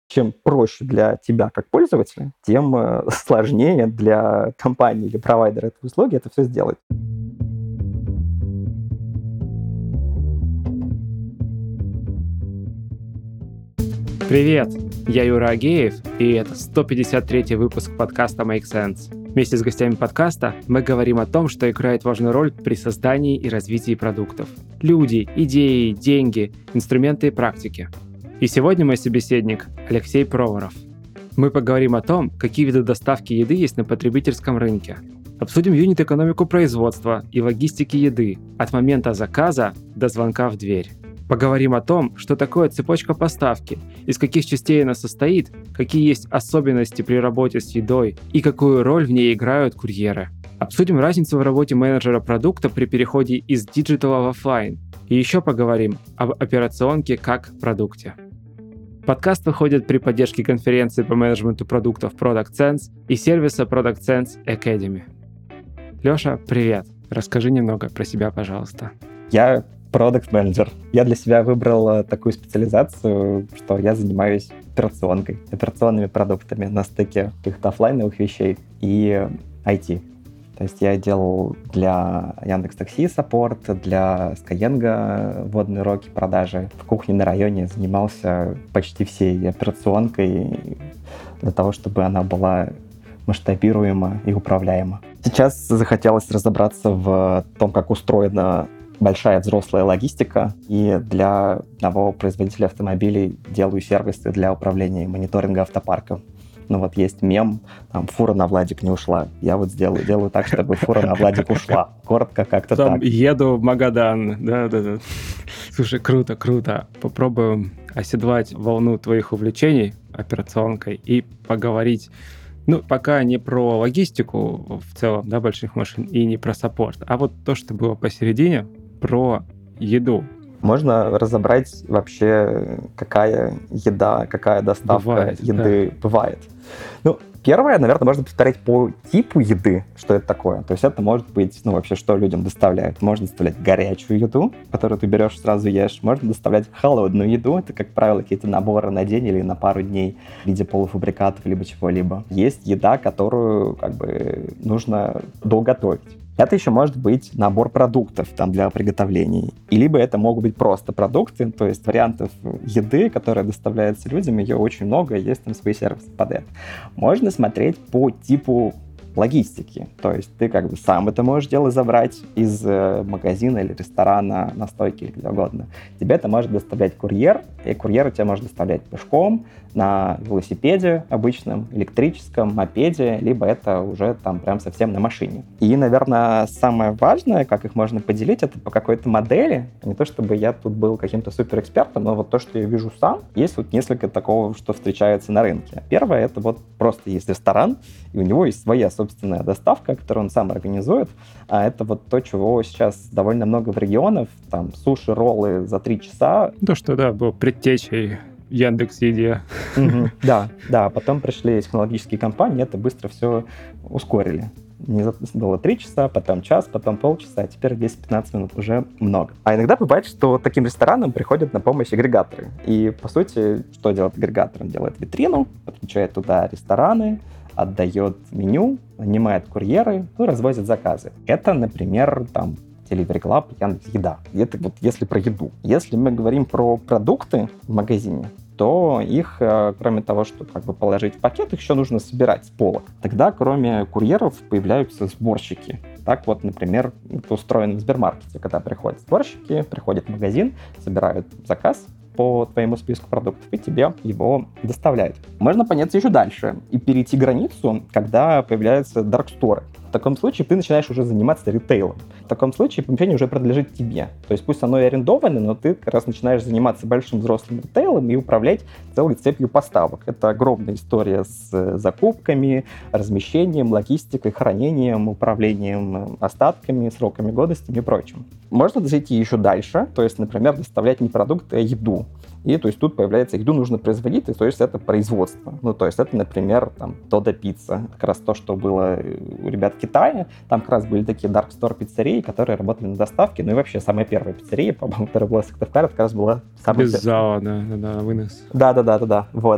Чем проще для тебя как пользователя, тем сложнее для компании или провайдера этой услуги это все сделать. Привет, я Юра Агеев, и это 153-й выпуск подкаста Make Sense. Вместе с гостями подкаста мы говорим о том, что играет важную роль при создании и развитии продуктов. Люди, идеи, деньги, инструменты и практики. И сегодня мой собеседник Алексей Проворов. Мы поговорим о том, какие виды доставки еды есть на потребительском рынке. Обсудим юнит-экономику производства и логистики еды от момента заказа до звонка в дверь. Поговорим о том, что такое цепочка поставки, из каких частей она состоит, какие есть особенности при работе с едой и какую роль в ней играют курьеры. Обсудим разницу в работе менеджера продукта при переходе из диджитала в офлайн. И еще поговорим об операционке как продукте. Подкаст выходит при поддержке конференции по менеджменту продуктов Product Sense и сервиса Product Sense Academy. Леша, привет. Расскажи немного про себя, пожалуйста. Я продакт-менеджер. Я для себя выбрал такую специализацию, что я занимаюсь операционкой, операционными продуктами на стыке каких-то офлайновых вещей и IT. То есть я делал для Яндекс.Такси саппорт, для Skyeng вводные уроки продажи. В кухне на районе занимался почти всей операционкой для того, чтобы она была масштабируема и управляема. Сейчас захотелось разобраться в том, как устроена большая взрослая логистика, и для одного производителя автомобилей делаю сервисы для управления и мониторинга автопарка. Ну вот есть мем, там фура на Владик не ушла. Я вот делаю так, чтобы фура на Владик ушла. Коротко как-то там так. Еду в Магадан. Да. Слушай, круто. Попробуем оседлать волну твоих увлечений операционкой и поговорить, пока не про логистику в целом, да, больших машин, и не про саппорт, а вот то, что было посередине, про еду. Можно разобрать вообще, какая еда, какая доставка еды бывает. Первое, наверное, можно повторять по типу еды, что это такое. То есть это может быть, вообще, что людям доставляют. Можно доставлять горячую еду, которую ты берешь, сразу ешь. Можно доставлять холодную еду. Это, как правило, какие-то наборы на день или на пару дней в виде полуфабрикатов либо чего-либо. Есть еда, которую нужно доготовить. Это еще может быть набор продуктов для приготовления. И либо это могут быть просто продукты, то есть вариантов еды, которая доставляется людям, ее очень много, есть там свои сервисы под это. Можно смотреть по типу логистики. То есть ты сам это можешь дело забрать из магазина или ресторана, на стойке или где угодно. Тебе это может доставлять курьер, и курьер у тебя может доставлять пешком, на велосипеде обычном, электрическом, мопеде, либо это уже прям совсем на машине. И, наверное, самое важное, как их можно поделить, это по какой-то модели. Не то чтобы я тут был каким-то суперэкспертом, но вот то, что я вижу сам, есть несколько такого, что встречается на рынке. Первое, это просто есть ресторан, и у него есть своя собственная доставка, которую он сам организует. А это то, чего сейчас довольно много в регионах. Там суши-роллы за 3 часа. То, что, было предтечей Яндекс.Еде. Да. Потом пришли технологические компании, это быстро все ускорили. Было 3 часа, потом час, потом полчаса, а теперь 10-15 минут уже много. А иногда бывает, что таким ресторанам приходят на помощь агрегаторы. И, по сути, что делает агрегатор? Он делает витрину, подключает туда рестораны, отдает меню, нанимает курьеры, развозит заказы. Это, например, Delivery Club, Яндекс.Еда. Это если про еду. Если мы говорим про продукты в магазине, то их, кроме того, что положить в пакет, их еще нужно собирать с полок. Тогда, кроме курьеров, появляются сборщики. Так например, это устроено в Сбермаркете, когда приходят сборщики, приходят в магазин, собирают заказ по твоему списку продуктов, и тебе его доставляют. Можно подняться еще дальше и перейти границу, когда появляются дарксторы. В таком случае ты начинаешь уже заниматься ритейлом. В таком случае помещение уже принадлежит тебе. То есть пусть оно и арендовано, но ты как раз начинаешь заниматься большим взрослым ритейлом и управлять целой цепью поставок. Это огромная история с закупками, размещением, логистикой, хранением, управлением остатками, сроками годности и прочим. Можно зайти еще дальше, то есть, например, доставлять не продукты, а еду. И то есть тут появляется, еду нужно производить, и то есть это производство. То есть это, например, Додо Пицца. Как раз то, что было у ребят в Китае. Там как раз были такие Dark Store пиццерии, которые работали на доставке. И вообще самая первая пиццерия, по-моему, которая была в Сыктывкаре, как раз была самая... Без зала, да, вынос. Да. Вот.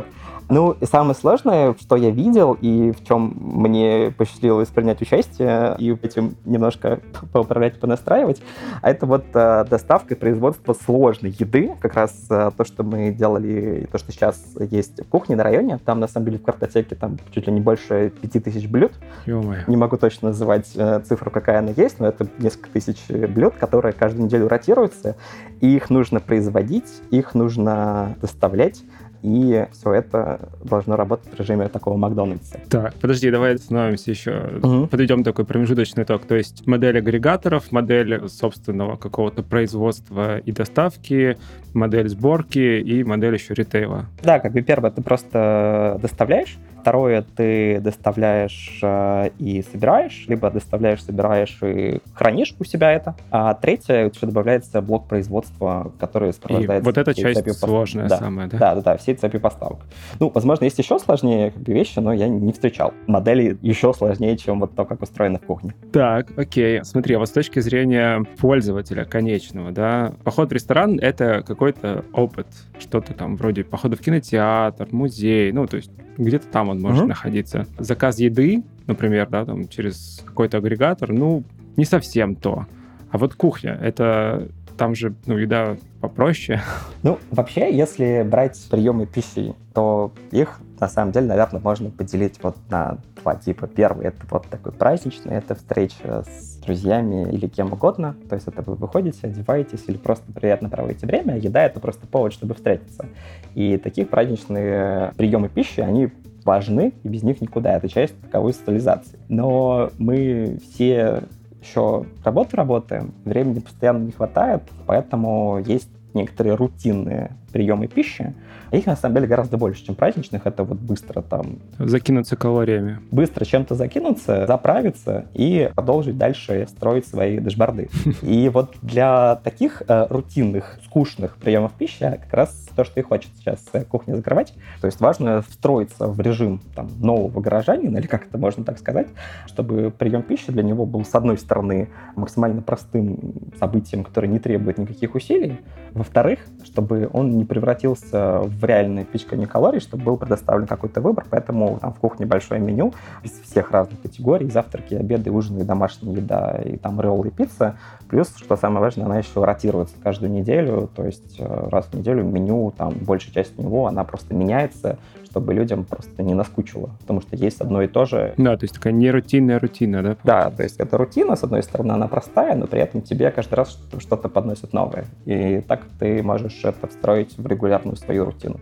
Ну, и самое сложное, что я видел, и в чем мне посчастливилось принять участие, и этим немножко поуправлять, понастраивать, это вот доставка и производство сложной еды. Как раз то, что мы делали, и то, что сейчас есть в кухне на районе. Там, на самом деле, в картотеке там чуть ли не больше 5000 блюд. Ё-моё. Не могу точно называть цифру, какая она есть, но это несколько тысяч блюд, которые каждую неделю ротируются. И их нужно производить, их нужно доставлять. И все это должно работать в режиме такого Макдональдса. Так, подожди, давай остановимся еще. Подведем такой промежуточный итог. То есть модель агрегаторов, модель собственного какого-то производства и доставки, модель сборки и модель еще ритейла. Да, как бы первое, ты просто доставляешь. Второе, ты доставляешь и собираешь, либо доставляешь, собираешь и хранишь у себя это. А третье, еще добавляется блок производства, который сопровождается... И вот эта часть сложная самая, да? Да, всей цепью поставок. Ну, возможно, есть еще сложнее вещи, но я не встречал. Модели еще сложнее, чем вот то, как устроено в кухне. Так, окей. Смотри, а вот с точки зрения пользователя конечного, да, поход в ресторан — это какой-то опыт. Что-то там вроде похода в кинотеатр, музей, ну, то есть где-то там он может находиться. Заказ еды, например, да, там через какой-то агрегатор, ну, не совсем то. А вот кухня, это там же, ну, еда попроще. Ну, вообще, если брать приемы пищи, то их, на самом деле, наверное, можно поделить вот на два типа. Первый — это вот такой праздничный, это встреча с друзьями или кем угодно. То есть это вы выходите, одеваетесь или просто приятно проводите время. Еда — это просто повод, чтобы встретиться. И такие праздничные приемы пищи, они важны, и без них никуда. Это часть таковой социализации. Но мы все еще работаем, времени постоянно не хватает, поэтому есть некоторые рутинные приемы пищи. Их, на самом деле, гораздо больше, чем праздничных. Это вот быстро там... Закинуться калориями. Быстро чем-то закинуться, заправиться и продолжить дальше строить свои дэшборды. И вот для таких рутинных, скучных приемов пищи как раз то, что и хочет сейчас кухня закрывать. То есть важно встроиться в режим там, нового горожанина, или как это можно так сказать, чтобы прием пищи для него был, с одной стороны, максимально простым событием, которое не требует никаких усилий. Во-вторых, чтобы он не превратился в реальное пичкание калорий, чтобы был предоставлен какой-то выбор. Поэтому там в кухне большое меню из всех разных категорий: завтраки, обеды, ужины, домашняя еда, и там роллы и пицца. Плюс, что самое важное, она еще ротируется каждую неделю. То есть раз в неделю меню, там большая часть него, она просто меняется, чтобы людям просто не наскучило. Потому что есть одно и то же. Да, то есть такая нерутинная рутина, да? Да, то есть это рутина, с одной стороны, она простая, но при этом тебе каждый раз что-то подносят новое. И так ты можешь это встроить в регулярную свою рутину.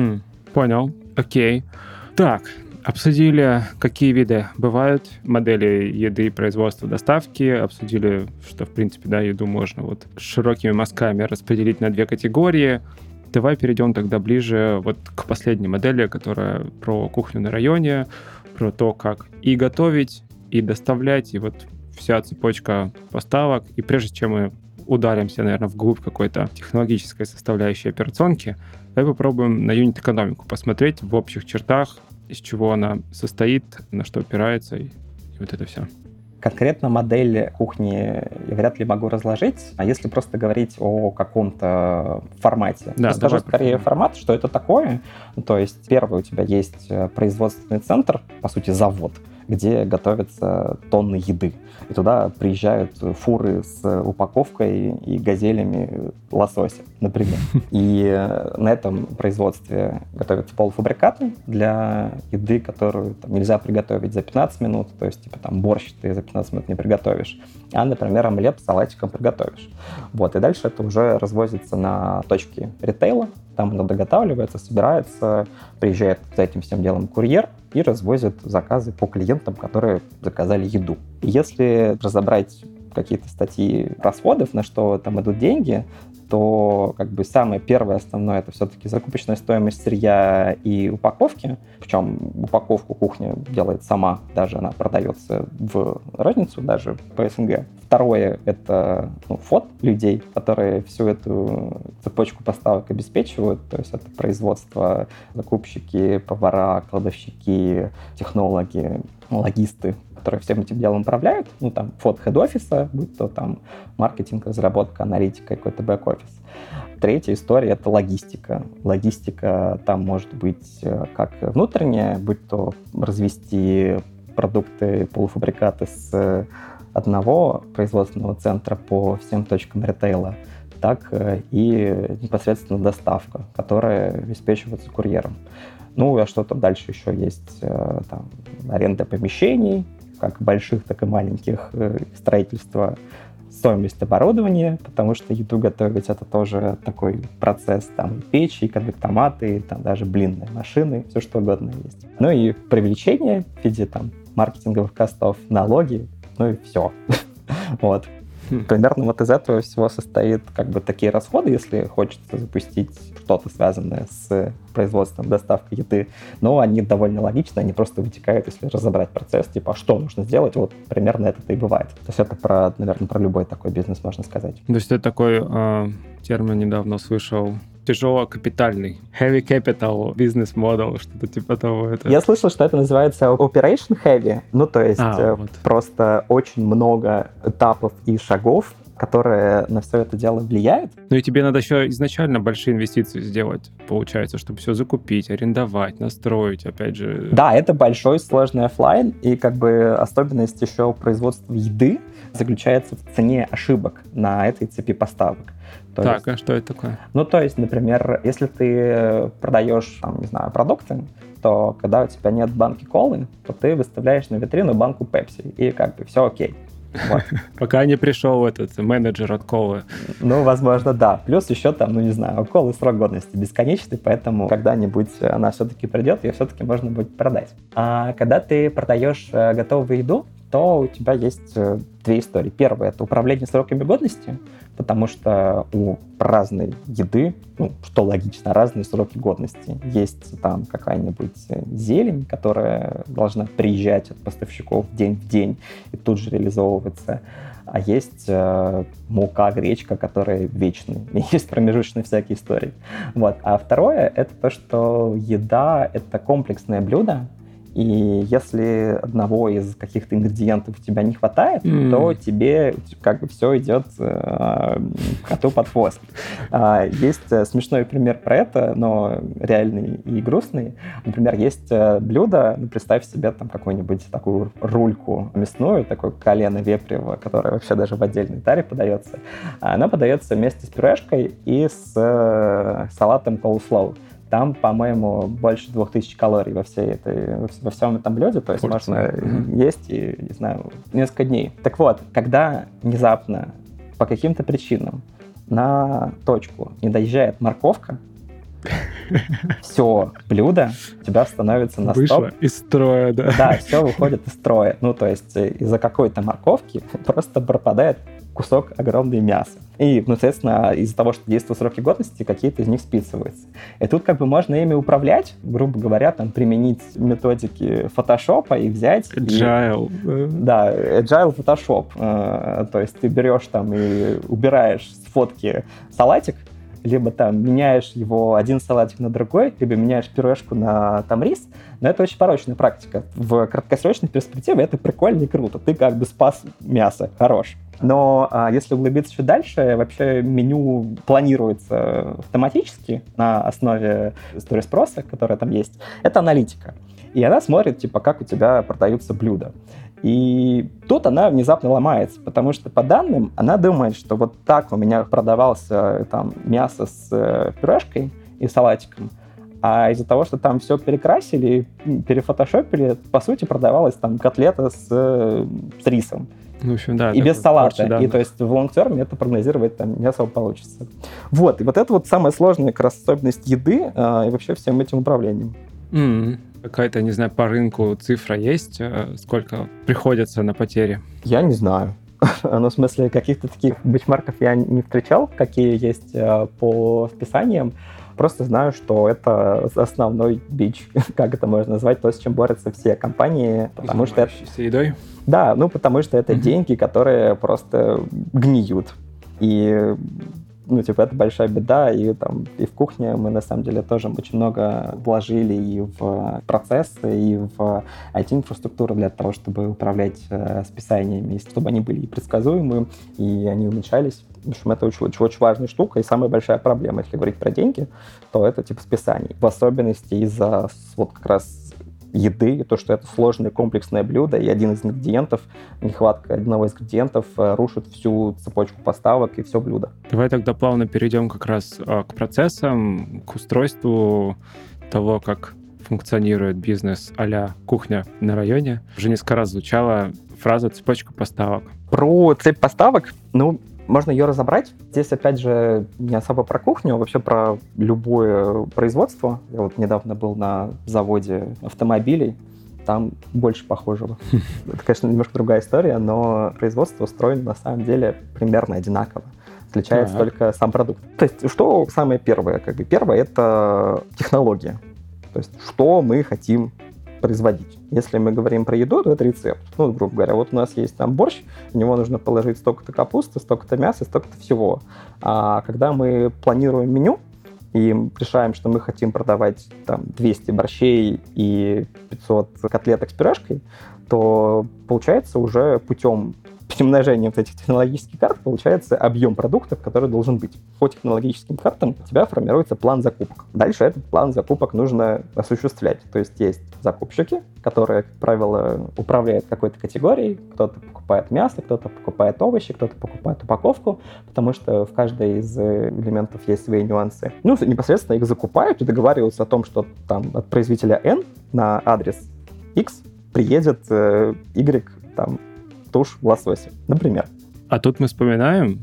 Понял, окей. Так, обсудили, какие виды бывают модели еды, производства, доставки. Обсудили, что, в принципе, да, еду можно вот широкими мазками распределить на две категории. Давай перейдем тогда ближе вот к последней модели, которая про кухню на районе, про то, как и готовить, и доставлять, и вот вся цепочка поставок. И прежде чем мы ударимся, наверное, вглубь какой-то технологической составляющей операционки, давай попробуем на юнит-экономику посмотреть в общих чертах, из чего она состоит, на что опирается, и вот это все. Конкретно модель кухни я вряд ли могу разложить, а если просто говорить о каком-то формате. Да, скажу скорее формат, что это такое. То есть первый у тебя есть производственный центр, по сути завод, где готовятся тонны еды. И туда приезжают фуры с упаковкой и газелями лосося, например. И на этом производстве готовятся полуфабрикаты для еды, которую там нельзя приготовить за 15 минут. То есть, типа, там борщ ты за 15 минут не приготовишь. А, например, омлет с салатиком приготовишь. Вот. И дальше это уже развозится на точки ритейла. Там оно доготавливается, собирается, приезжает за этим всем делом курьер и развозит заказы по клиентам, которые заказали еду. И если разобрать какие-то статьи расходов, на что там идут деньги, то как бы самое первое основное — это все-таки закупочная стоимость сырья и упаковки. Причем упаковку кухня делает сама, даже она продается в розницу, даже по СНГ. Второе — это фот людей, которые всю эту цепочку поставок обеспечивают. То есть это производство, закупщики, повара, кладовщики, технологи, логисты, которые всем этим делом управляют, ну, там, от хед-офиса, будь то там маркетинг, разработка, аналитика, какой-то бэк-офис. Третья история — это логистика. Логистика там может быть как внутренняя, будь то развести продукты, полуфабрикаты с одного производственного центра по всем точкам ритейла, так и непосредственно доставка, которая обеспечивается курьером. Ну, а что там дальше еще есть? Там, аренда помещений, как больших, так и маленьких, строительство, стоимость оборудования, потому что еду готовить — это тоже такой процесс. Там и печи, и конвектоматы, и там даже блинные машины, все что угодно есть. Ну и привлечение в виде там маркетинговых костов, налоги, ну и все. Вот. Примерно вот из этого всего состоит как бы такие расходы, если хочется запустить что-то связанное с производством, доставкой еды. Но они довольно логичны, они просто вытекают, если разобрать процесс, типа, а что нужно сделать, вот примерно это-то и бывает. То есть это, наверное, про любой такой бизнес можно сказать. То есть это такой термин недавно услышал. Тяжелокапитальный. Heavy capital business model, что-то типа того. Я слышал, что это называется operation heavy. Ну, то есть просто очень много этапов и шагов, которые на все это дело влияют. Ну и тебе надо еще изначально большие инвестиции сделать, получается, чтобы все закупить, арендовать, настроить, опять же. Да, это большой сложный офлайн, и как бы особенность еще производства еды заключается в цене ошибок на этой цепи поставок. А что это такое? Ну, то есть, например, если ты продаешь, там, не знаю, продукты, то когда у тебя нет банки колы, то ты выставляешь на витрину банку Пепси, и как бы все окей. Вот. Пока не пришел этот менеджер от колы. Ну, возможно, да. Плюс еще там, ну, не знаю, у колы срок годности бесконечный, поэтому когда-нибудь она все-таки придет, ее все-таки можно будет продать. А когда ты продаешь готовую еду, то у тебя есть две истории. Первая — это управление сроками годности, потому что у разной еды, ну, что логично, разные сроки годности. Есть там какая-нибудь зелень, которая должна приезжать от поставщиков день в день и тут же реализовываться. А есть мука, гречка, которые вечные. И есть промежуточные всякие истории. Вот. А второе — это то, что еда — это комплексное блюдо, и если одного из каких-то ингредиентов у тебя не хватает, то тебе как бы все идет коту под хвост. Есть смешной пример про это, но реальный и грустный. Например, есть блюдо, ну, представь себе там какую-нибудь такую рульку мясную, такое колено вепрево, которое вообще даже в отдельной таре подается. Она подается вместе с пюрешкой и с салатом coleslaw. Там, по-моему, больше 2000 калорий во всем этом блюде, то есть можно есть и, не знаю, несколько дней. Так вот, когда внезапно по каким-то причинам на точку не доезжает морковка, все, блюдо у тебя становится на стоп. Вышло из строя, да. Да, все выходит из строя. Ну, то есть из-за какой-то морковки просто пропадает кусок огромного мяса. И, ну, соответственно, из-за того, что действуют сроки годности, какие-то из них списываются. И тут как бы можно ими управлять, грубо говоря, там, применить методики фотошопа и взять... Agile. Да, Agile Photoshop. То есть ты берешь там и убираешь с фотки салатик, либо там меняешь его один салатик на другой, либо меняешь пюрешку на там рис. Но это очень порочная практика. В краткосрочной перспективе это прикольно и круто. Ты как бы спас мясо. Хорош. Но если углубиться чуть дальше, вообще меню планируется автоматически на основе истории спроса, которая там есть. Это аналитика. И она смотрит, типа, как у тебя продаются блюда. И тут она внезапно ломается, потому что по данным она думает, что вот так у меня продавался там мясо с пюрешкой и салатиком, а из-за того, что там все перекрасили, перефотошопили, по сути продавалась там котлета с рисом. В общем, да. И без салата. И то есть в лонг-терме это прогнозировать там не особо получится. Вот. И вот это вот самая сложная как раз особенность еды и вообще всем этим управлением. Какая-то, не знаю, по рынку цифра есть? Сколько приходится на потери? Я не знаю. Ну, в смысле, каких-то таких бенчмарков я не встречал, какие есть по списаниям. Просто знаю, что это основной бич, как это можно назвать, то, с чем борются все компании. Потому что это... едой? Да, ну потому что это деньги, которые просто гниют. И это большая беда, и в кухне мы, на самом деле, тоже очень много вложили и в процессы, и в IT-инфраструктуру для того, чтобы управлять списаниями, чтобы они были и предсказуемы, и они уменьшались. В общем, это очень важная штука, и самая большая проблема, если говорить про деньги, то это типа списаний. В особенности из-за как раз еды, то, что это сложное комплексное блюдо, и один из ингредиентов, нехватка одного из ингредиентов рушит всю цепочку поставок и все блюдо. Давай тогда плавно перейдем как раз к процессам, к устройству того, как функционирует бизнес а-ля кухня на районе. Уже несколько раз звучала фраза «цепочка поставок». Про цепь поставок, можно ее разобрать. Здесь, опять же, не особо про кухню, а вообще про любое производство. Я недавно был на заводе автомобилей, там больше похожего. Это, конечно, немножко другая история, но производство устроено на самом деле примерно одинаково. Отличается только сам продукт. То есть, что самое первое? Первое — это технология. То есть, что мы хотим производить. Если мы говорим про еду, то это рецепт. Грубо говоря, у нас есть борщ, в него нужно положить столько-то капусты, столько-то мяса, столько-то всего. А когда мы планируем меню и решаем, что мы хотим продавать 200 борщей и 500 котлеток с пюрешкой, то получается уже путем умножением этих технологических карт получается объем продуктов, который должен быть. По технологическим картам у тебя формируется план закупок. Дальше этот план закупок нужно осуществлять. То есть закупщики, которые, как правило, управляют какой-то категорией. Кто-то покупает мясо, кто-то покупает овощи, кто-то покупает упаковку, потому что в каждой из элементов есть свои нюансы. Непосредственно их закупают и договариваются о том, что от производителя N на адрес X приедет Y тушь лосося, например. А тут мы вспоминаем,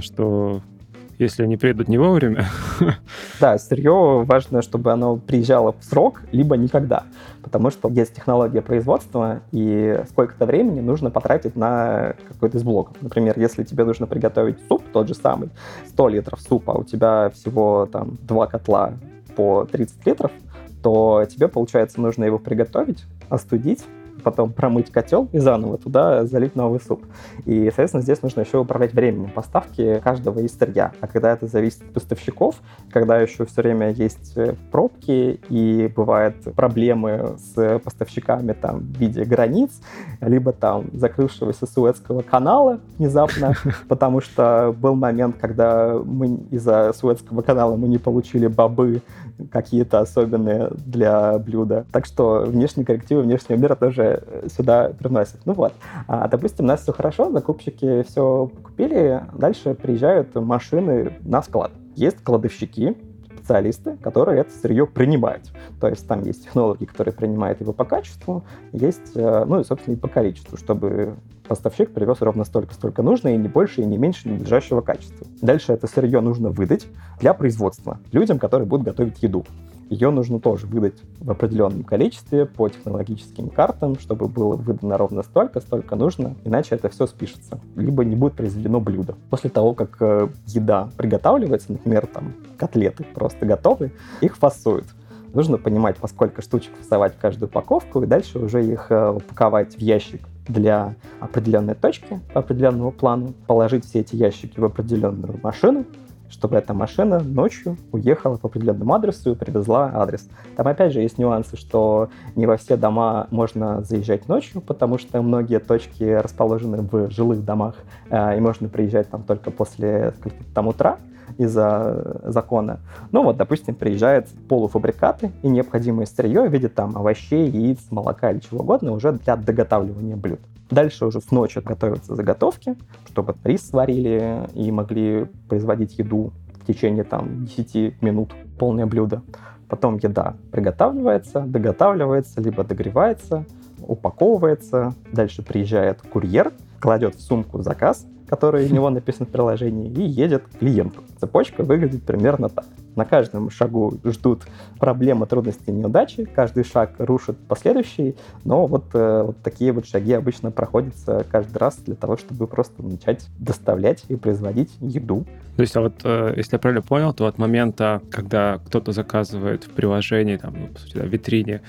что если они приедут не вовремя... Да, сырье важно, чтобы оно приезжало в срок, либо никогда. Потому что есть технология производства, и сколько-то времени нужно потратить на какой-то из блоков. Например, если тебе нужно приготовить суп, тот же самый, 100 литров супа, а у тебя всего 2 котла по 30 литров, то тебе, получается, нужно его приготовить, остудить, потом промыть котел и заново туда залить новый суп. И, соответственно, здесь нужно еще управлять временем поставки каждого из сырья. А когда это зависит от поставщиков, когда еще все время есть пробки и бывают проблемы с поставщиками в виде границ, либо закрывшегося Суэцкого канала внезапно, потому что был момент, когда мы из-за Суэцкого канала мы не получили бобы какие-то особенные для блюда. Так что внешние коррективы внешнего мира тоже сюда приносят. Допустим, у нас все хорошо, закупщики все купили, дальше приезжают машины на склад. Есть кладовщики, специалисты, которые это сырье принимают. То есть там есть технологи, которые принимают его по качеству, есть, собственно, и по количеству, чтобы поставщик привез ровно столько, сколько нужно, и не больше, и не меньше надлежащего качества. Дальше это сырье нужно выдать для производства людям, которые будут готовить еду. Ее нужно тоже выдать в определенном количестве по технологическим картам, чтобы было выдано ровно столько, сколько нужно, иначе это все спишется, либо не будет произведено блюдо. После того, как еда приготавливается, например, котлеты просто готовы, их фасуют. Нужно понимать, во сколько штучек фасовать каждую упаковку, и дальше уже их упаковать в ящик для определенной точки, по определенному плану, положить все эти ящики в определенную машину, чтобы эта машина ночью уехала по определенному адресу и привезла адрес. Там опять же есть нюансы, что не во все дома можно заезжать ночью, потому что многие точки расположены в жилых домах, и можно приезжать только после утра из-за закона. Допустим, приезжают полуфабрикаты и необходимое сырье в виде овощей, яиц, молока или чего угодно уже для доготавливания блюд. Дальше уже с ночи готовятся заготовки, чтобы рис сварили и могли производить еду в течение 10 минут, полное блюдо. Потом еда приготавливается, доготавливается, либо догревается, упаковывается. Дальше приезжает курьер, кладет в сумку заказ, который у него написан в приложении, и едет к клиенту. Цепочка выглядит примерно так. На каждом шагу ждут проблемы, трудности, неудачи. Каждый шаг рушит последующий, но такие шаги обычно проходятся каждый раз для того, чтобы просто начать доставлять и производить еду. То есть, если я правильно понял, то от момента, когда кто-то заказывает в приложении, по сути, в витрине,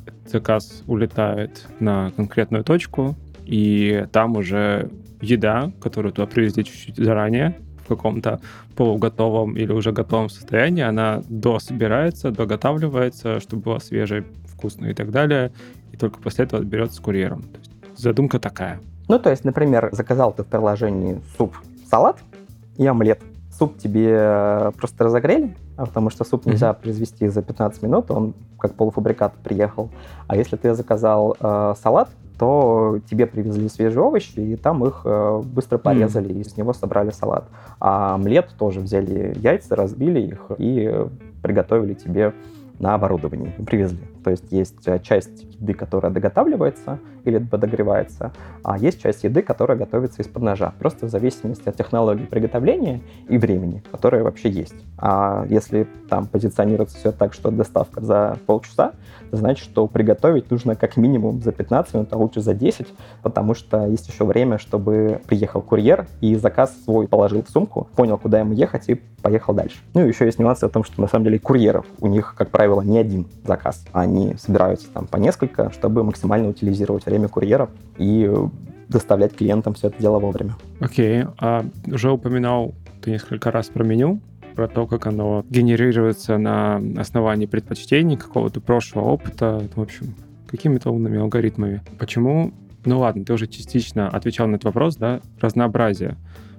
заказ улетает на конкретную точку, и там уже еда, которую туда привезли чуть-чуть заранее, в каком-то полуготовом или уже готовом состоянии, она дособирается, доготавливается, чтобы была свежей, вкусной и так далее, и только после этого берется с курьером. То есть задумка такая. Ну, то есть, например, заказал ты в приложении суп, салат и омлет. Суп тебе просто разогрели, потому что суп нельзя произвести за 15 минут, он как полуфабрикат приехал. А если ты заказал салат, то тебе привезли свежие овощи, и там их быстро порезали, и с него собрали салат. А омлет тоже взяли яйца, разбили их и приготовили тебе на оборудовании, и привезли. То есть есть часть еды, которая доготавливается или подогревается, а есть часть еды, которая готовится из-под ножа. Просто в зависимости от технологии приготовления и времени, которое вообще есть. А если там позиционируется все так, что доставка за полчаса, это значит, что приготовить нужно как минимум за 15 минут, а лучше за 10, потому что есть еще время, чтобы приехал курьер и заказ свой положил в сумку, понял, куда ему ехать, и поехал дальше. Ну и еще есть нюансы о том, что на самом деле курьеров, у них, как правило, не один заказ. Они собираются там по несколько, чтобы максимально утилизировать время курьеров и доставлять клиентам все это дело вовремя. Окей. А уже упоминал ты несколько раз про меню, про то, как оно генерируется на основании предпочтений, какого-то прошлого опыта, в общем, какими-то умными алгоритмами. Почему? Ну ладно, ты уже частично отвечал на этот вопрос, да, разнообразие.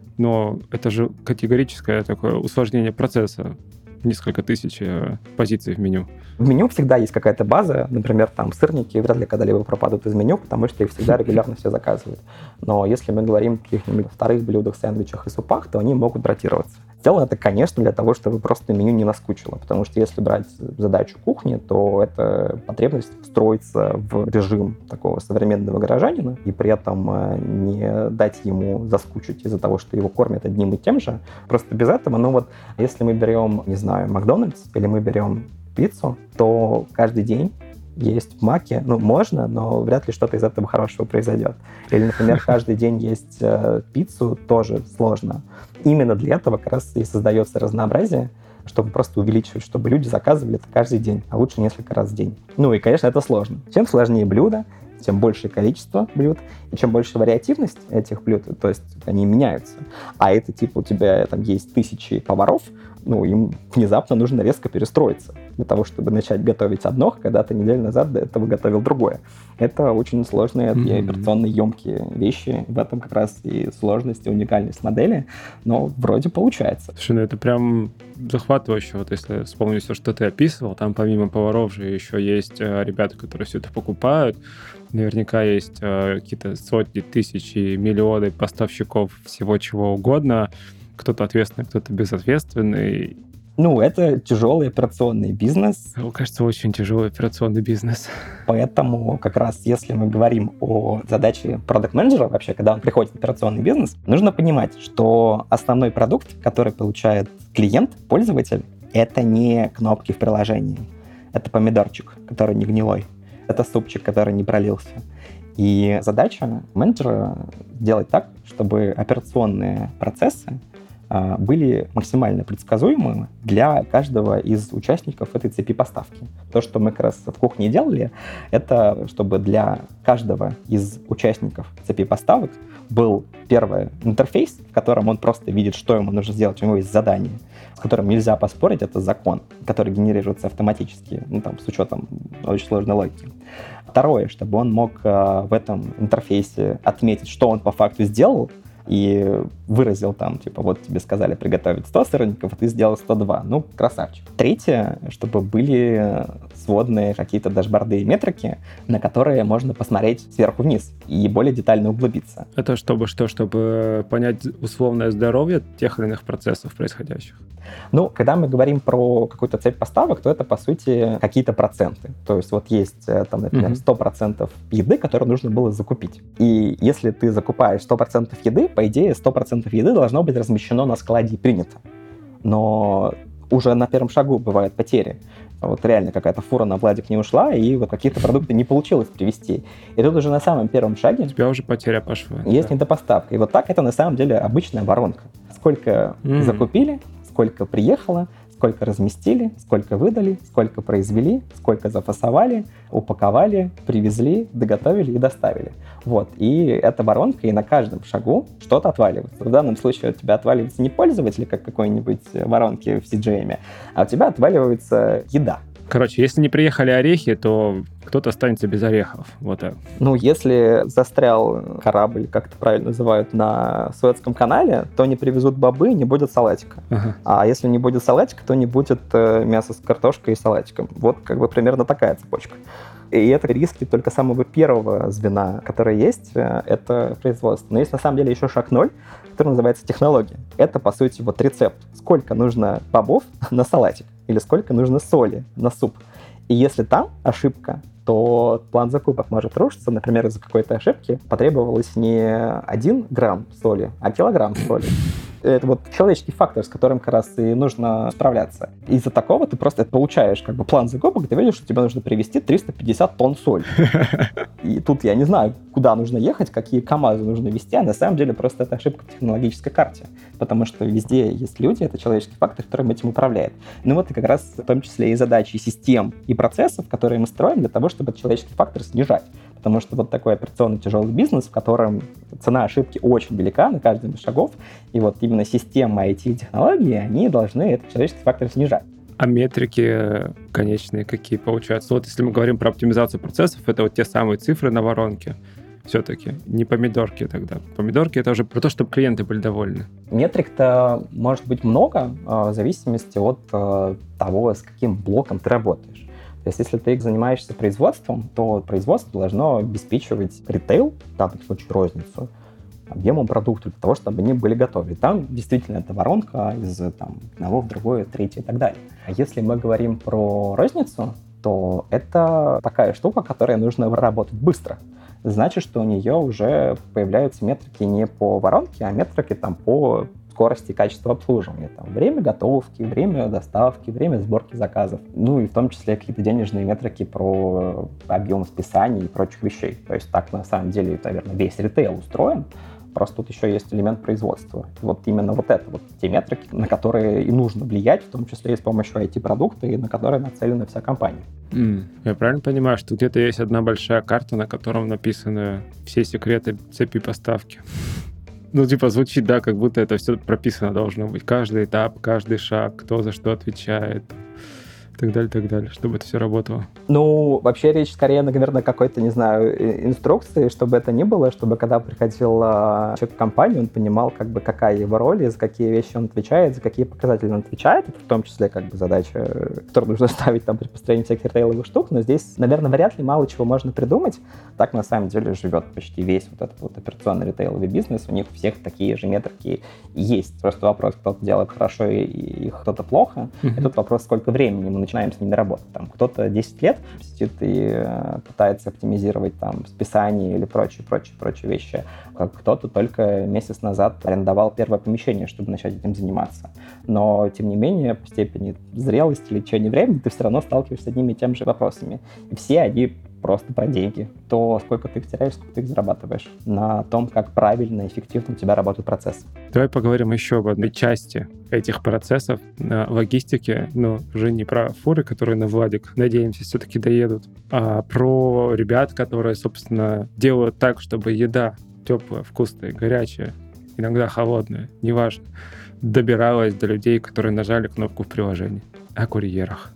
Но это же категорическое такое усложнение процесса. Несколько тысяч позиций в меню. В меню всегда есть какая-то база, например, там сырники вряд ли когда-либо пропадут из меню, потому что их всегда регулярно все заказывают. Но если мы говорим о каких-нибудь вторых блюдах, сэндвичах и супах, то они могут ротироваться. Сделано это, конечно, для того, чтобы просто меню не наскучило, потому что если брать задачу кухни, то это потребность встроиться в режим такого современного горожанина и при этом не дать ему заскучить из-за того, что его кормят одним и тем же. Просто без этого, ну вот, если мы берем, не знаю, Макдональдс или мы берем пиццу, то каждый день есть в Маке, ну, можно, но вряд ли что-то из этого хорошего произойдет. Или, например, каждый день есть пиццу, тоже сложно. Именно для этого как раз и создается разнообразие, чтобы просто увеличивать, чтобы люди заказывали это каждый день, а лучше несколько раз в день. Ну и, конечно, это сложно. Чем сложнее блюдо, тем большее количество блюд, и чем больше вариативность этих блюд, то есть они меняются. А это типа у тебя там есть тысячи поваров, ну, им внезапно нужно резко перестроиться для того, чтобы начать готовить одно, когда ты неделю назад до этого готовил другое. Это очень сложные и операционно емкие вещи. В этом как раз и сложность, и уникальность модели, но вроде получается. Слушай, ну это прям захватывающе. Вот если вспомнить все, что ты описывал, там помимо поваров же еще есть ребята, которые все это покупают. Наверняка есть какие-то сотни, тысячи, миллионы поставщиков всего чего угодно. Кто-то ответственный, кто-то безответственный. Ну, это тяжелый операционный бизнес. Кажется, очень тяжелый операционный бизнес. Поэтому как раз если мы говорим о задаче продакт-менеджера вообще, когда он приходит в операционный бизнес, нужно понимать, что основной продукт, который получает клиент, пользователь, это не кнопки в приложении. Это помидорчик, который не гнилой. Это супчик, который не пролился. И задача менеджера сделать так, чтобы операционные процессы были максимально предсказуемы для каждого из участников этой цепи поставки. То, что мы как раз в кухне делали, это чтобы для каждого из участников цепи поставок был первый интерфейс, в котором он просто видит, что ему нужно сделать, у него есть задание, с которым нельзя поспорить, это закон, который генерируется автоматически, ну, там, с учетом очень сложной логики. Второе, чтобы он мог в этом интерфейсе отметить, что он по факту сделал, и выразил там, типа, вот тебе сказали приготовить 100 сырников, а ты сделал 102. Ну, красавчик. Третье, чтобы были сводные какие-то дашборды и метрики, на которые можно посмотреть сверху вниз и более детально углубиться. Это чтобы что? Чтобы понять условное здоровье тех или иных процессов происходящих? Ну, когда мы говорим про какую-то цепь поставок, то это, по сути, какие-то проценты. То есть вот есть, там, например, 100% еды, которую нужно было закупить. И если ты закупаешь 100% еды, по идее, 100% еды должно быть размещено на складе и принято. Но уже на первом шагу бывают потери. Вот реально какая-то фура на Владик не ушла, и вот какие-то продукты не получилось привезти. И тут уже на самом первом шаге... У тебя уже потеря пошла. Есть недопоставка. И вот так это на самом деле обычная воронка. Сколько закупили, сколько приехало, сколько разместили, сколько выдали, сколько произвели, сколько зафасовали, упаковали, привезли, доготовили и доставили. Вот. И эта воронка, и на каждом шагу что-то отваливается. В данном случае у тебя отваливается не пользователь, как какой-нибудь воронки в CGM, а у тебя отваливается еда. Короче, если не приехали орехи, то кто-то останется без орехов. Вот так. Ну, если застрял корабль, как это правильно называют, на Суэцком канале, то не привезут бобы, не будет салатика. Ага. А если не будет салатика, то не будет мяса с картошкой и салатиком. Вот как бы примерно такая цепочка. И это риски только самого первого звена, которое есть, это производство. Но есть на самом деле еще шаг 0, который называется технология. Это, по сути, вот рецепт. Сколько нужно бобов на салатик или сколько нужно соли на суп. И если там ошибка, то план закупок может рушиться. Например, из-за какой-то ошибки потребовалось не 1 грамм соли, а килограмм соли. Это вот человеческий фактор, с которым как раз и нужно справляться. Из-за такого ты просто получаешь как бы план закупок, ты видишь, что тебе нужно привезти 350 тонн соли. И тут я не знаю, куда нужно ехать, какие КАМАЗы нужно везти, а на самом деле просто это ошибка в технологической карте. Потому что везде есть люди, это человеческий фактор, который этим управляет. Ну вот и как раз в том числе и задачи систем и процессов, которые мы строим для того, чтобы этот человеческий фактор снижать. Потому что вот такой операционный тяжелый бизнес, в котором цена ошибки очень велика на каждом из шагов, и вот именно система IT-технологий, они должны этот человеческий фактор снижать. А метрики конечные какие получаются? Вот если мы говорим про оптимизацию процессов, это вот те самые цифры на воронке. Все-таки не помидорки тогда. Помидорки — это уже про то, чтобы клиенты были довольны. Метрик-то может быть много, в зависимости от того, с каким блоком ты работаешь. То есть, если ты занимаешься производством, то производство должно обеспечивать ритейл, в данном случае розницу, объемом продуктов для того, чтобы они были готовы. Там действительно это воронка из одного в другое, третье и так далее. А если мы говорим про розницу, то это такая штука, которой нужно работать быстро. Значит, что у нее уже появляются метрики не по воронке, а метрики по скорости и качеству обслуживания. Время готовки, время доставки, время сборки заказов. Ну и в том числе какие-то денежные метрики про объем списаний и прочих вещей. То есть так на самом деле, наверное, весь ритейл устроен. Просто тут еще есть элемент производства. Вот именно вот это, вот те метрики, на которые и нужно влиять, в том числе и с помощью IT-продукта, и на которые нацелена вся компания. Я правильно понимаю, что где-то есть одна большая карта, на котором написаны все секреты цепи поставки? Ну, звучит, да, как будто это все прописано должно быть. Каждый этап, каждый шаг, кто за что отвечает, и так далее, чтобы это все работало. Ну, вообще речь скорее, наверное, какой-то, не знаю, инструкции, чтобы это ни было, чтобы когда приходил человек в компанию, он понимал, какая его роль, и за какие вещи он отвечает, за какие показатели он отвечает. Это в том числе задача, которую нужно ставить при построении всех ритейловых штук. Но здесь, наверное, вряд ли мало чего можно придумать. Так, на самом деле, живет почти весь этот операционный ритейловый бизнес. У них у всех такие же метрики есть. Просто вопрос, кто-то делает хорошо и кто-то плохо. И тут вопрос, сколько времени мы начинаем с ними работать. Кто-то 10 лет сидит и пытается оптимизировать списание или прочие вещи. Кто-то только месяц назад арендовал первое помещение, чтобы начать этим заниматься. Но, тем не менее, по степени зрелости или течения времени ты все равно сталкиваешься с одними и теми же вопросами. И все они просто про деньги. То, сколько ты их теряешь, сколько ты их зарабатываешь. На том, как правильно и эффективно у тебя работает процесс. Давай поговорим еще об одной части этих процессов на логистике. Но уже не про фуры, которые на Владик, надеемся, все-таки доедут, а про ребят, которые, собственно, делают так, чтобы еда теплая, вкусная, горячая, иногда холодная, неважно, добиралась до людей, которые нажали кнопку в приложении. О курьерах.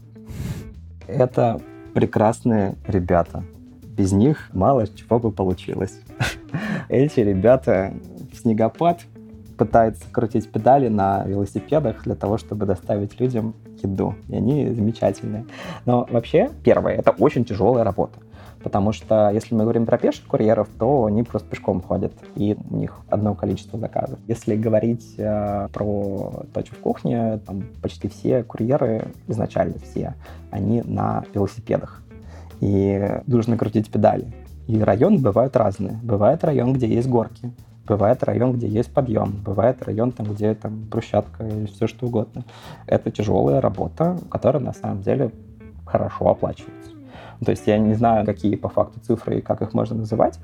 Это прекрасные ребята. Без них мало чего бы получилось. Эти ребята в снегопад пытаются крутить педали на велосипедах для того, чтобы доставить людям еду. И они замечательные. Но вообще, первое, это очень тяжелая работа. Потому что, если мы говорим про пеших курьеров, то они просто пешком ходят, и у них одно количество заказов. Если говорить про точку в кухне, почти все курьеры, изначально все, они на велосипедах. И нужно крутить педали. И районы бывают разные. Бывает район, где есть горки. Бывает район, где есть подъем. Бывает район, где брусчатка и все что угодно. Это тяжелая работа, которая на самом деле хорошо оплачивается. То есть я не знаю, какие по факту цифры и как их можно называть,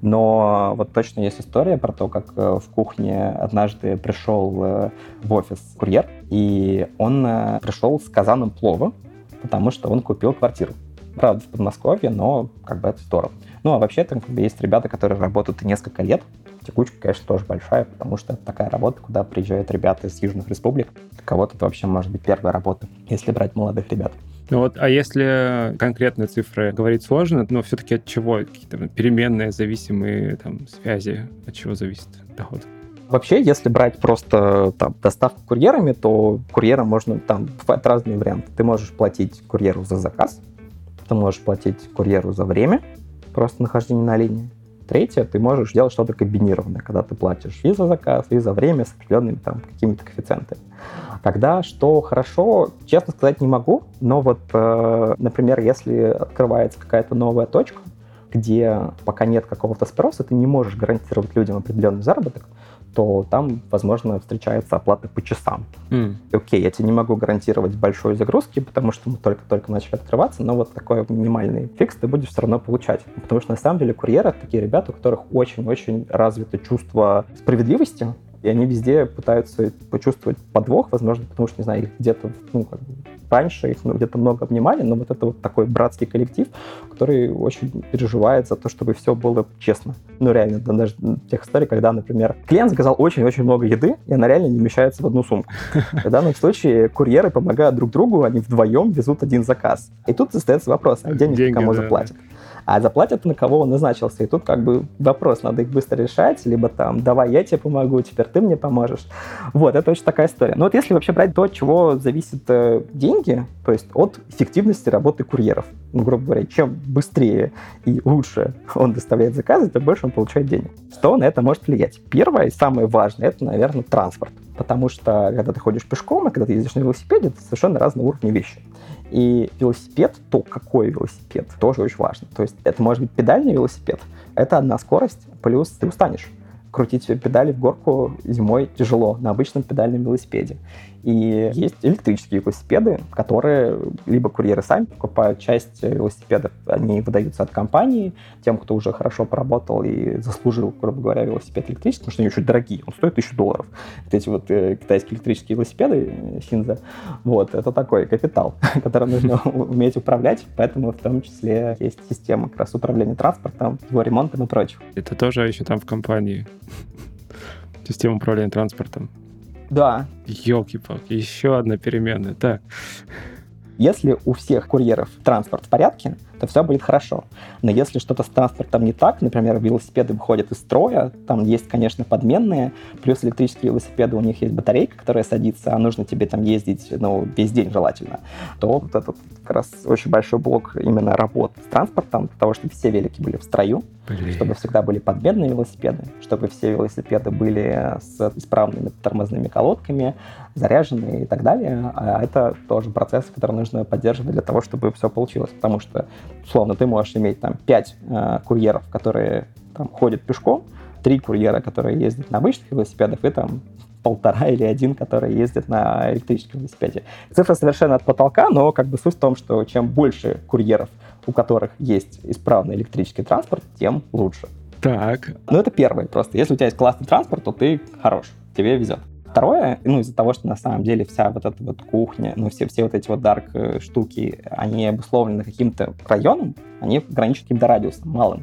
но вот точно есть история про то, как в кухне однажды пришел в офис курьер, и он пришел с казаном плова, потому что он купил квартиру. Правда, в Подмосковье, но как бы это здорово. Ну, а вообще там есть ребята, которые работают и несколько лет. Текучка, конечно, тоже большая, потому что это такая работа, куда приезжают ребята из южных республик. Для кого-то это вообще может быть первая работа, если брать молодых ребят. Ну вот, а если конкретные цифры говорить сложно, но все-таки от чего? Какие-то переменные, зависимые там, связи, от чего зависит доход? Вообще, если брать просто там, доставку курьерами, то курьерам можно, там бывают разные варианты. Ты можешь платить курьеру за заказ, ты можешь платить курьеру за время, просто нахождения на линии. Третье, ты можешь делать что-то комбинированное, когда ты платишь и за заказ, и за время с определенными там какими-то коэффициентами. Когда что хорошо, честно сказать не могу, но вот, например, если открывается какая-то новая точка, где пока нет какого-то спроса, ты не можешь гарантировать людям определенный заработок, то там, возможно, встречается оплата по часам. Окей, я тебе не могу гарантировать большой загрузки, потому что мы только-только начали открываться, но вот такой минимальный фикс ты будешь все равно получать. Потому что, на самом деле, курьеры — это такие ребята, у которых очень-очень развито чувство справедливости, и они везде пытаются почувствовать подвох, возможно, потому что, не знаю, их где-то, раньше их где-то много обнимали, но вот это вот такой братский коллектив, который очень переживает за то, чтобы все было честно. Реально, даже тех историй, когда, например, клиент заказал очень-очень много еды, и она реально не вмещается в одну сумку. В данном случае курьеры помогают друг другу, они вдвоем везут один заказ. И тут остается вопрос, а деньги кому заплатят? А заплатят на кого он назначился. И тут как бы вопрос, надо их быстро решать, либо там, давай я тебе помогу, теперь ты мне поможешь. Вот, это очень такая история. Но вот если вообще брать то, от чего зависят деньги, то есть от эффективности работы курьеров. Грубо говоря, чем быстрее и лучше он доставляет заказы, тем больше он получает денег. Что на это может влиять? Первое и самое важное, это, наверное, транспорт. Потому что, когда ты ходишь пешком, и когда ты ездишь на велосипеде, это совершенно разные уровни вещи. И велосипед, то какой велосипед, тоже очень важно. То есть это может быть педальный велосипед, это одна скорость, плюс ты устанешь. Крутить педали в горку зимой тяжело на обычном педальном велосипеде. И есть электрические велосипеды, которые либо курьеры сами покупают, часть велосипедов, они выдаются от компании тем, кто уже хорошо поработал и заслужил, грубо говоря, велосипед электрический, потому что они очень дорогие, он стоит $1000. Вот эти вот китайские электрические велосипеды, Синза, вот, это такой капитал, которым нужно уметь управлять, поэтому в том числе есть система как раз управления транспортом, его ремонтом и прочим. Это тоже еще там в компании. Система управления транспортом. Да. Ёлки-палки, еще одна переменная. Так. Если у всех курьеров транспорт в порядке, то все будет хорошо. Но если что-то с транспортом не так, например, велосипеды выходят из строя, там есть, конечно, подменные, плюс электрические велосипеды, у них есть батарейка, которая садится, а нужно тебе там ездить, весь день желательно, то вот этот как раз очень большой блок именно работы с транспортом, для того, чтобы все велики были в строю, чтобы всегда были подменные велосипеды, чтобы все велосипеды были с исправными тормозными колодками, заряженные и так далее. А это тоже процесс, который нужно поддерживать для того, чтобы все получилось. Потому что, условно, ты можешь иметь там 5 курьеров, которые там ходят пешком, 3 курьера, которые ездят на обычных велосипедах, и там 1,5 или 1, который ездит на электрическом велосипеде. Цифра совершенно от потолка, но как бы суть в том, что чем больше курьеров, у которых есть исправный электрический транспорт, тем лучше. Так. Это первое просто. Если у тебя есть классный транспорт, то ты хорош, тебе везет. Второе, из-за того, что на самом деле вся вот эта вот кухня, все вот эти вот дарк штуки, они обусловлены каким-то районом, они ограничены каким-то радиусом малым,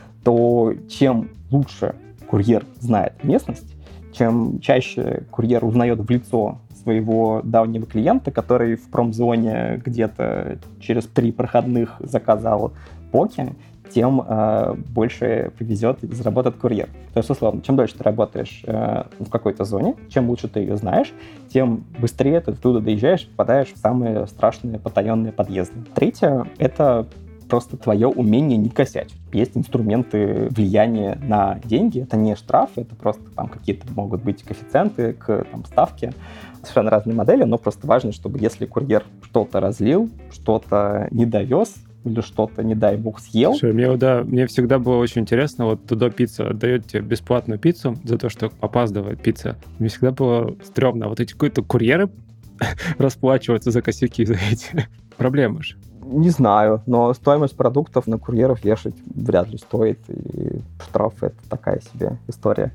то чем лучше курьер знает местность, чем чаще курьер узнает в лицо своего давнего клиента, который в промзоне где-то через 3 проходных заказал поки, тем больше повезет и заработает курьер. То есть, условно, чем дольше ты работаешь в какой-то зоне, чем лучше ты ее знаешь, тем быстрее ты оттуда доезжаешь, попадаешь в самые страшные потаенные подъезды. Третье — это просто твое умение не косячить. Есть инструменты влияния на деньги. Это не штрафы, это просто там какие-то могут быть коэффициенты к ставке. Совершенно разные модели, но просто важно, чтобы если курьер что-то разлил, что-то не довез, или что-то, не дай бог, съел. Слушай, мне всегда было очень интересно, вот Додо Пицца отдает тебе бесплатную пиццу за то, что опаздывает пицца. Мне всегда было стрёмно. Вот эти какие-то курьеры расплачиваются за косяки, за эти проблемы же. Не знаю, но стоимость продуктов на курьеров вешать вряд ли стоит, и штраф — это такая себе история.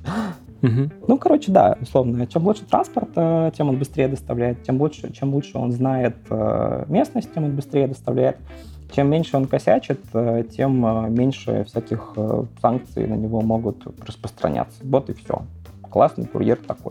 Ну, короче, да, условно, чем лучше транспорт, тем он быстрее доставляет, чем лучше он знает местность, тем он быстрее доставляет. Чем меньше он косячит, тем меньше всяких санкций на него могут распространяться. Вот и все. Классный курьер такой.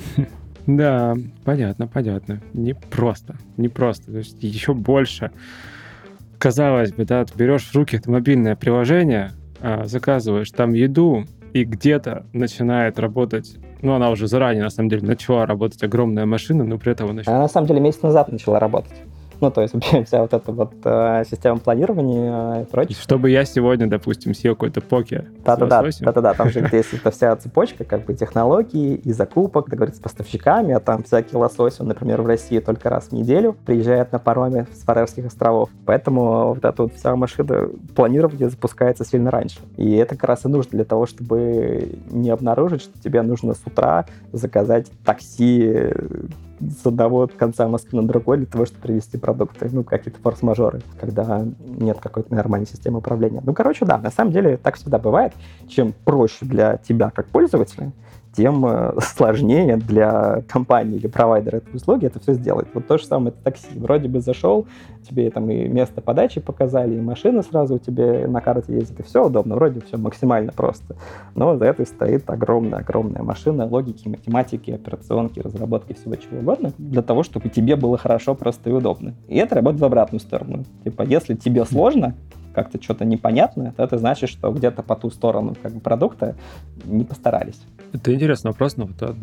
Да, понятно. Непросто. То есть еще больше. Казалось бы, да, ты берешь в руки это мобильное приложение, заказываешь там еду, и где-то начинает работать, она уже заранее, на самом деле, начала работать огромная машина, но при этом она... Она, на самом деле, месяц назад начала работать. То есть вообще вся вот эта вот система планирования и прочее. Чтобы я сегодня, допустим, съел какой-то поке с лососем. Да, там же есть эта вся цепочка технологий и закупок, договориться с поставщиками, а там всякий лосось, он, например, в России только раз в неделю приезжает на пароме с Фарерских островов. Поэтому вот эта вот вся машина планирования запускается сильно раньше. И это как раз и нужно для того, чтобы не обнаружить, что тебе нужно с утра заказать такси с одного конца Москвы на другой для того, чтобы привезти продукты. Какие-то форс-мажоры, когда нет какой-то нормальной системы управления. Короче, да, на самом деле так всегда бывает. Чем проще для тебя как пользователя, тем сложнее для компании или провайдера этой услуги это все сделать. Вот то же самое это такси. Вроде бы зашел, тебе там и место подачи показали, и машина сразу у тебя на карте ездит, и все удобно, вроде все максимально просто. Но за этой стоит огромная машина логики, математики, операционки, разработки, всего чего угодно, для того, чтобы тебе было хорошо, просто и удобно. И это работает в обратную сторону. Если тебе сложно, как-то что-то непонятное, то это значит, что где-то по ту сторону продукта не постарались. Это интересный вопрос,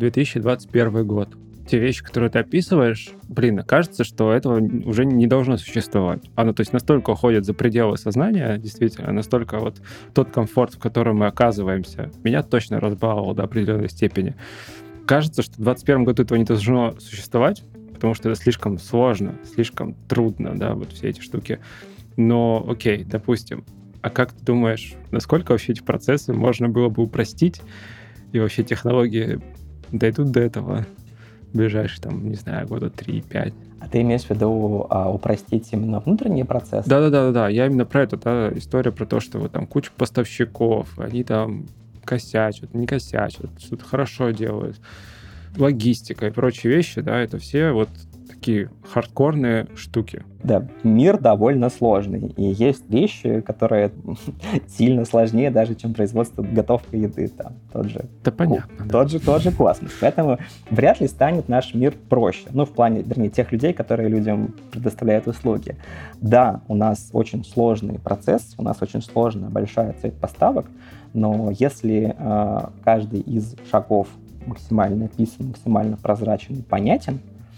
2021 год. Те вещи, которые ты описываешь, кажется, что этого уже не должно существовать. Оно, то есть, настолько уходит за пределы сознания, действительно, настолько вот тот комфорт, в котором мы оказываемся, меня точно разбаловал до определенной степени. Кажется, что в 2021 году этого не должно существовать, потому что это слишком сложно, слишком трудно, да, вот все эти штуки. Но, окей, допустим, а как ты думаешь, насколько вообще эти процессы можно было бы упростить, и вообще технологии дойдут до этого в ближайшие, года 3-5? А ты имеешь в виду упростить именно внутренние процессы? Да, я именно про это, история про то, что вот там куча поставщиков, они там косячат, не косячат, что-то хорошо делают. Логистика и прочие вещи, это все вот такие хардкорные штуки. Да, мир довольно сложный, и есть вещи, которые сильно сложнее даже, чем производство готовки еды. Тот же, да, понятно. Тот же космос. Поэтому вряд ли станет наш мир проще. В плане, тех людей, которые людям предоставляют услуги. Да, у нас очень сложный процесс, у нас очень сложная большая цепь поставок, но если каждый из шагов максимально описан, максимально прозрачен и понятен,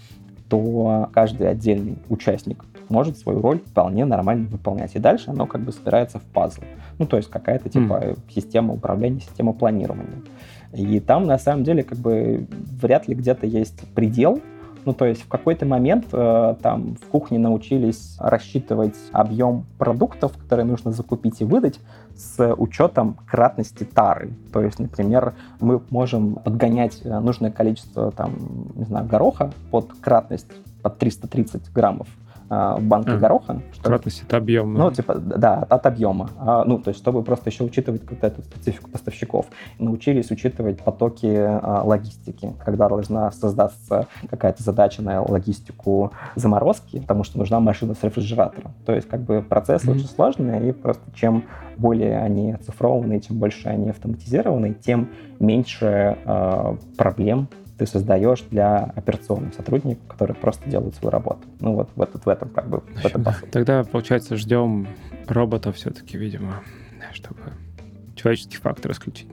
то каждый отдельный участник может свою роль вполне нормально выполнять. И дальше оно собирается в пазл. То есть какая-то система управления, система планирования. И там на самом деле вряд ли где-то есть предел. То есть в какой-то момент там в кухне научились рассчитывать объем продуктов, которые нужно закупить и выдать, с учетом кратности тары. То есть, например, мы можем подгонять нужное количество гороха под кратность, под 330 граммов в банке гороха. Кратность — это объем. От объема. То есть, чтобы просто еще учитывать эту специфику поставщиков. Научились учитывать потоки логистики, когда должна создаться какая-то задача на логистику заморозки, потому что нужна машина с рефрижератором. То есть, процессы очень сложные, и просто чем более они оцифрованы, чем больше они автоматизированы, тем меньше проблем ты создаешь для операционных сотрудников, которые просто делают свою работу. В этом посыл. Тогда, получается, ждем роботов все-таки, видимо, чтобы человеческий фактор исключить.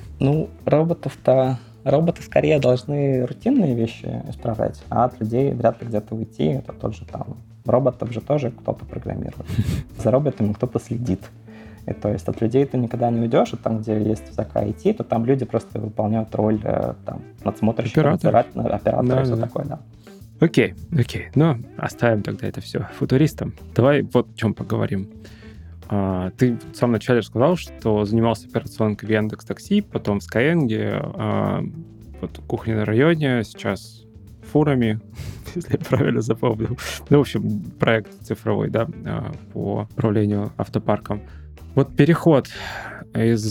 Роботы скорее должны рутинные вещи исправлять, а от людей вряд ли где-то уйти. Это тот же роботов же тоже кто-то программирует. За роботами кто-то следит. И то есть от людей ты никогда не уйдешь, и там, где есть всякая IT, то там люди просто выполняют роль надсмотрщика, оператора и все такое, да. Окей. Но оставим тогда это все футуристам. Давай вот о чем поговорим. Ты в самом начале сказал, что занимался операционкой в Яндекс.Такси, потом в Skyeng, вот кухня на районе, сейчас фурами, если я правильно запомнил. Ну, в общем, проект цифровой, да, по управлению автопарком. Вот переход из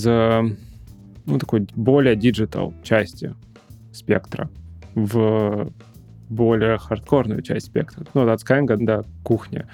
такой более диджитал части спектра в более хардкорную часть спектра. Ну, от Skyeng до кухни.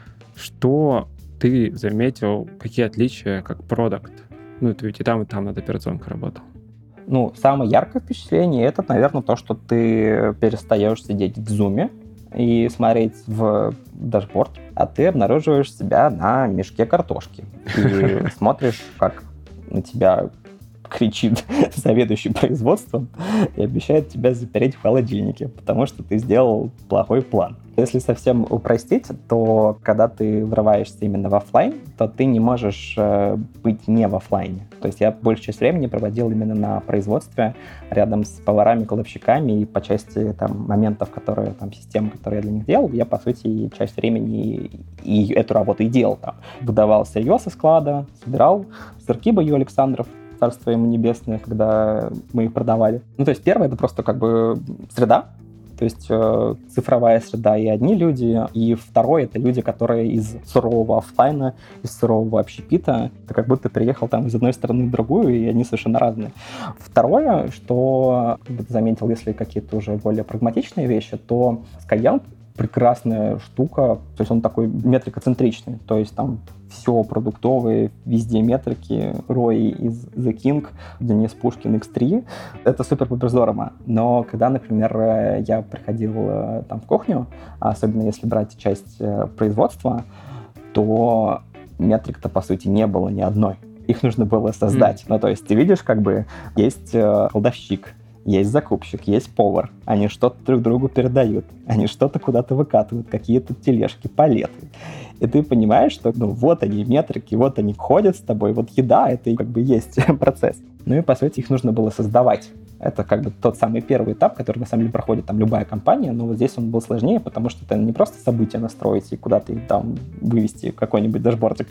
Что ты заметил, какие отличия как продакт? Ну, ты ведь и там над операционкой работал. Ну, самое яркое впечатление — это, наверное, то, что ты перестаешь сидеть в зуме и смотреть в дашборд, а ты обнаруживаешь себя на мешке картошки и смотришь, как на тебя кричит заведующий производством и обещает тебя запереть в холодильнике, потому что ты сделал плохой план. Если совсем упростить, то когда ты врываешься именно в офлайн, то ты не можешь быть не в офлайне. То есть я большую часть времени проводил именно на производстве рядом с поварами, кладовщиками, и по части там моментов, систем, которые я для них делал, я, по сути, часть времени и эту работу и делал там. Выдавал сырье со склада, собирал сырки Бою Александров, царство ему небесное, когда мы их продавали. Ну, то есть первое — это просто как бы среда, то есть цифровая среда и одни люди, и второе — это люди, которые из сурового офлайна, из сурового общепита, ты как будто приехал там из одной страны в другую, и они совершенно разные. Второе, что, как бы ты заметил, если какие-то уже более прагматичные вещи, то Skyeng прекрасная штука, то есть он такой метрикоцентричный, то есть там все продуктовые, везде метрики, ROI из The King, Денис Пушкин X3, это супер-пупер здорово. Но когда, например, я приходил там в кухню, особенно если брать часть производства, то метрик-то, по сути, не было ни одной. Их нужно было создать. Ну, то есть ты видишь, как бы есть кладовщик, есть закупщик, есть повар. Они что-то друг другу передают, они что-то куда-то выкатывают, какие-то тележки, палеты. И ты понимаешь, что вот они, метрики, вот они ходят с тобой, вот еда — это как бы есть процесс. Ну и, по сути, их нужно было создавать. Это как бы тот самый первый этап, который, на самом деле, проходит там любая компания, но вот здесь он был сложнее, потому что это не просто событие настроить и куда-то там вывести какой-нибудь дашбордик,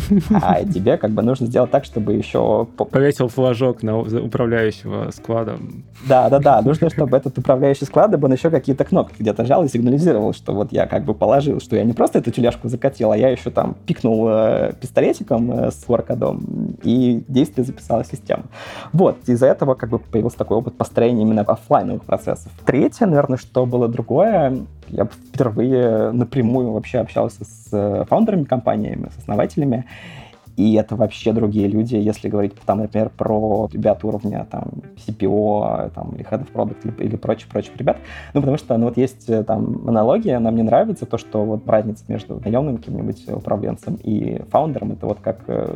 а тебе как бы нужно сделать так, чтобы еще... Повесил флажок на управляющего складом. Да, нужно, чтобы этот управляющий складом, он еще какие-то кнопки где-то жал и сигнализировал, что вот я как бы положил, что я не просто эту тележку закатил, а я еще там пикнул пистолетиком с QR-кодом, и действие записала система. Вот, из-за этого как бы появился такой опыт построения именно офлайновых процессов. Третье, наверное, что было другое, я впервые напрямую вообще общался с фаундерами компаниями, с основателями, и это вообще другие люди, если говорить, там, например, про ребят уровня там, CPO там, или Head of Product или прочих ребят. Ну, потому что вот есть там аналогия, нам не нравится то, что вот разница между наемным каким-нибудь управленцем и фаундером — это вот как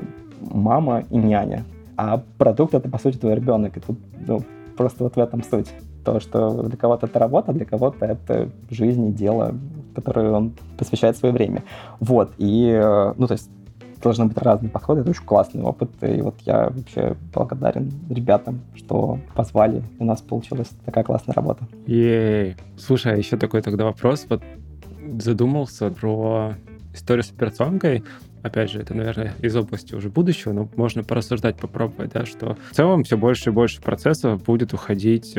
мама и няня. А продукт — это, по сути, твой ребенок. И тут просто вот в этом суть. То, что для кого-то это работа, для кого-то это жизнь и дело, которое он посвящает свое время. Вот. И, то есть, должны быть разные подходы. Это очень классный опыт. И вот я вообще благодарен ребятам, что позвали. У нас получилась такая классная работа. Ей. Слушай, а еще такой тогда вопрос. Вот задумался про историю с операционкой. Опять же, это, наверное, из области уже будущего, но можно порассуждать, попробовать, да, что в целом все больше и больше процессов будет уходить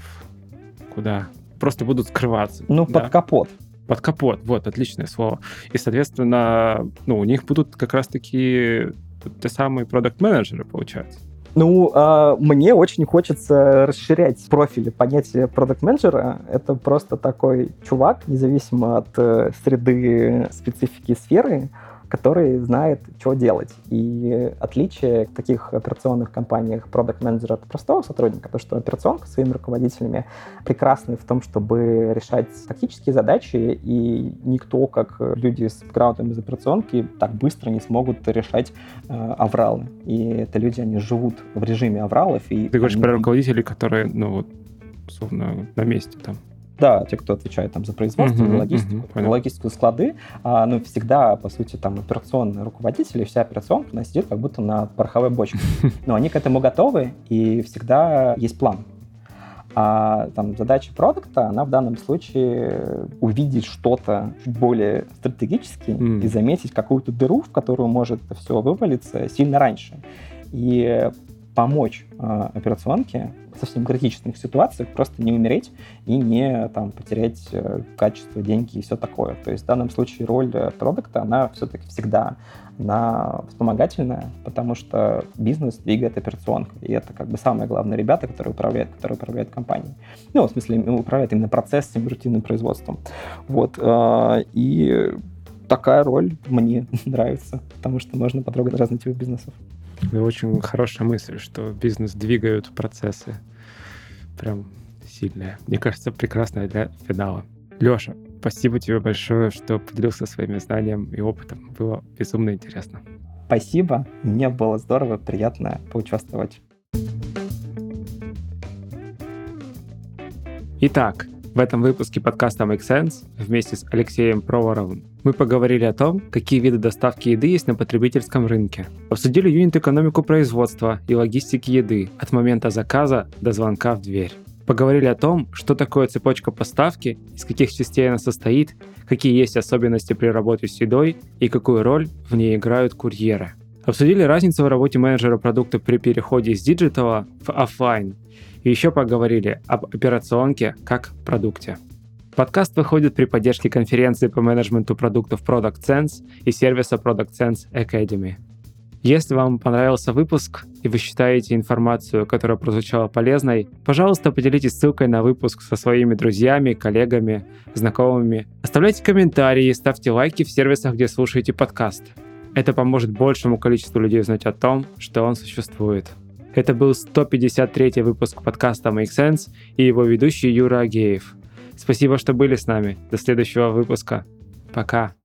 куда? Просто будут скрываться. Под капот. Под капот, вот, отличное слово. И, соответственно, у них будут как раз-таки те самые продакт-менеджеры, получается. Мне очень хочется расширять профиль понятия продакт-менеджера. Это просто такой чувак, независимо от среды, специфики сферы, который знает, что делать. И отличие в таких операционных компаниях продакт-менеджера от простого сотрудника, то, что операционка своими руководителями прекрасны в том, чтобы решать тактические задачи, и никто, как люди с бэкграундом из операционки, так быстро не смогут решать авралы. И это люди, они живут в режиме авралов. И ты говоришь про руководителей, которые, условно, на месте там. Да, те, кто отвечает там за производство, за логистику, склады, всегда, по сути, там операционные руководители, вся операционка, она сидит как будто на пороховой бочке. Но они к этому готовы, и всегда есть план. А там задача продукта, она в данном случае увидеть что-то чуть более стратегически и заметить какую-то дыру, в которую может все вывалиться сильно раньше. И помочь операционке в совсем критических ситуациях просто не умереть и не потерять качество, деньги и все такое. То есть в данном случае роль продукта, она все-таки всегда она вспомогательная, потому что бизнес двигает операционку. И это самые главные ребята, которые управляют компанией. В смысле, управляют именно процессом, рутинным производством. И такая роль мне нравится, потому что можно потрогать разные типы бизнесов. Это очень хорошая мысль, что бизнес двигают процессы. Прям сильная. Мне кажется, прекрасная для финала. Лёша, спасибо тебе большое, что поделился своими знаниями и опытом. Было безумно интересно. Спасибо. Мне было здорово, приятно поучаствовать. Итак, в этом выпуске подкаста Make Sense вместе с Алексеем Проворовым мы поговорили о том, какие виды доставки еды есть на потребительском рынке. Обсудили юнит-экономику производства и логистики еды от момента заказа до звонка в дверь. Поговорили о том, что такое цепочка поставки, из каких частей она состоит, какие есть особенности при работе с едой и какую роль в ней играют курьеры. Обсудили разницу в работе менеджера продукта при переходе из диджитала в офлайн. И еще поговорили об операционке как продукте. Подкаст выходит при поддержке конференции по менеджменту продуктов Product Sense и сервиса Product Sense Academy. Если вам понравился выпуск и вы считаете информацию, которая прозвучала полезной, пожалуйста, поделитесь ссылкой на выпуск со своими друзьями, коллегами, знакомыми. Оставляйте комментарии, ставьте лайки в сервисах, где слушаете подкаст. Это поможет большему количеству людей узнать о том, что он существует. Это был 153-й выпуск подкаста Make Sense и его ведущий Юра Агеев. Спасибо, что были с нами. До следующего выпуска. Пока.